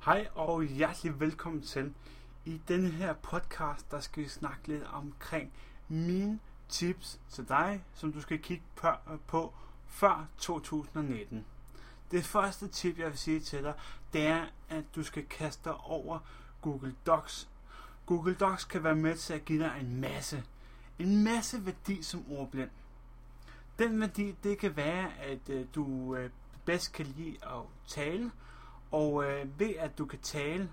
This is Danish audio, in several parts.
Hej og hjertelig velkommen til. I denne her podcast, der skal vi snakke lidt omkring mine tips til dig, som du skal kigge på før 2019. Det første tip, jeg vil sige til dig, det er, at du skal kaste dig over Google Docs. Google Docs kan være med til at give dig en masse værdi som ordblind. Den værdi, det kan være, at du bedst kan lide at tale, og ved at du kan tale,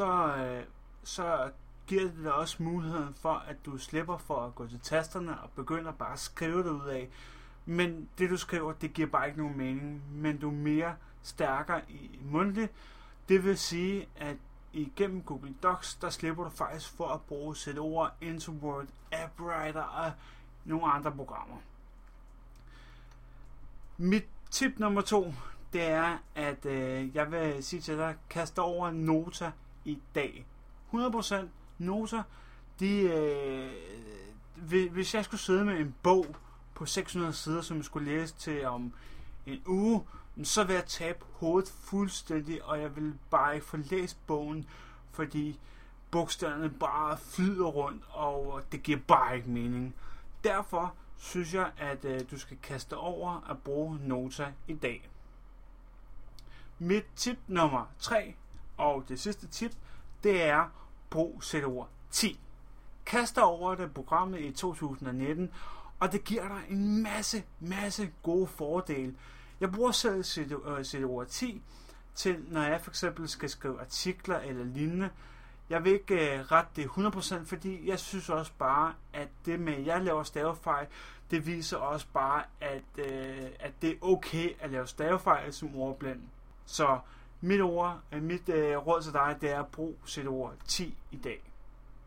så giver det dig også muligheden for, at du slipper for at gå til tasterne og begynder bare at skrive det ud af. Men det du skriver, det giver bare ikke nogen mening, men du er mere stærkere i mundtligt. Det vil sige, at igennem Google Docs, der slipper du faktisk for at bruge sætteord, Word, AppWriter og nogle andre programmer. Mit tip nummer 2, det er, at jeg vil sige til dig, kast over Nota i dag. 100% Nota, hvis jeg skulle sidde med en bog på 600 sider, som jeg skulle læse til om en uge, så vil jeg tabe hovedet fuldstændig, og jeg vil bare ikke få læst bogen, fordi bogstaverne bare flyder rundt, og det giver bare ikke mening. Derfor synes jeg, at du skal kaste over at bruge Nota i dag. Mit tip nummer 3, og det sidste tip, det er brug sætteord 10. Kast dig over det programmet i 2019, og det giver dig en masse gode fordele. Jeg bruger selv sætteord 10 til, når jeg for eksempel skal skrive artikler eller lignende. Jeg vil ikke rette det 100%, fordi jeg synes også bare, at det med, at jeg laver stavefejl, det viser også bare, at det er okay at lave stavefejl som ordblind. Så mit råd til dig, det er at bruge sætteord 10 i dag.